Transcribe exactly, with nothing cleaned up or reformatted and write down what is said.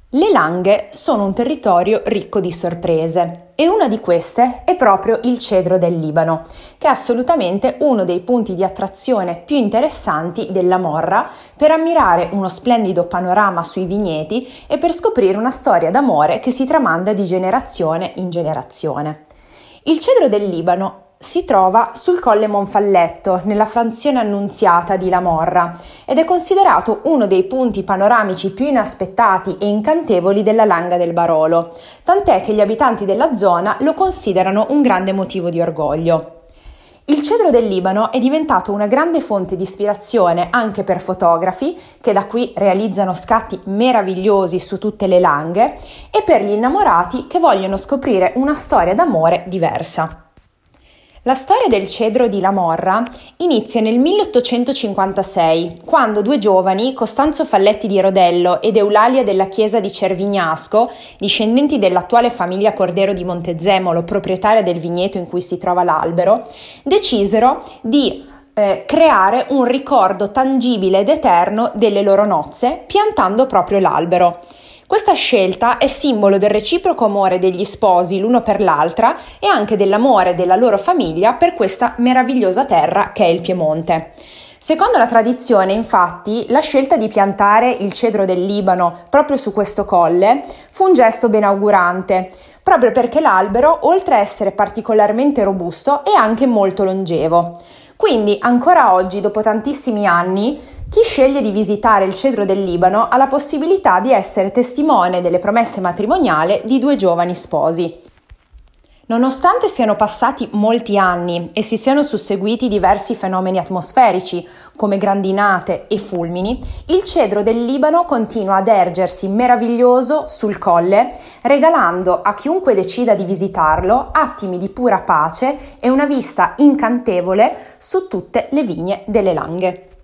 Le Langhe sono un territorio ricco di sorprese e una di queste è proprio il cedro del Libano, che è assolutamente uno dei punti di attrazione più interessanti della Morra per ammirare uno splendido panorama sui vigneti e per scoprire una storia d'amore che si tramanda di generazione in generazione. Il cedro del Libano si trova sul Colle Monfalletto, nella frazione annunziata di La Morra, ed è considerato uno dei punti panoramici più inaspettati e incantevoli della Langa del Barolo, tant'è che gli abitanti della zona lo considerano un grande motivo di orgoglio. Il cedro del Libano è diventato una grande fonte di ispirazione anche per fotografi che da qui realizzano scatti meravigliosi su tutte le langhe e per gli innamorati che vogliono scoprire una storia d'amore diversa. La storia del cedro di La Morra inizia nel milleottocentocinquantasei, quando due giovani, Costanzo Falletti di Rodello ed Eulalia della Chiesa di Cervignasco, discendenti dell'attuale famiglia Cordero di Montezemolo, proprietaria del vigneto in cui si trova l'albero, decisero di eh, creare un ricordo tangibile ed eterno delle loro nozze, piantando proprio l'albero. Questa scelta è simbolo del reciproco amore degli sposi l'uno per l'altra e anche dell'amore della loro famiglia per questa meravigliosa terra che è il Piemonte. Secondo la tradizione, infatti, la scelta di piantare il cedro del Libano proprio su questo colle fu un gesto benaugurante, proprio perché l'albero, oltre a essere particolarmente robusto, è anche molto longevo. Quindi, ancora oggi, dopo tantissimi anni, chi sceglie di visitare il cedro del Libano ha la possibilità di essere testimone delle promesse matrimoniali di due giovani sposi. Nonostante siano passati molti anni e si siano susseguiti diversi fenomeni atmosferici come grandinate e fulmini, il cedro del Libano continua ad ergersi meraviglioso sul colle, regalando a chiunque decida di visitarlo attimi di pura pace e una vista incantevole su tutte le vigne delle Langhe.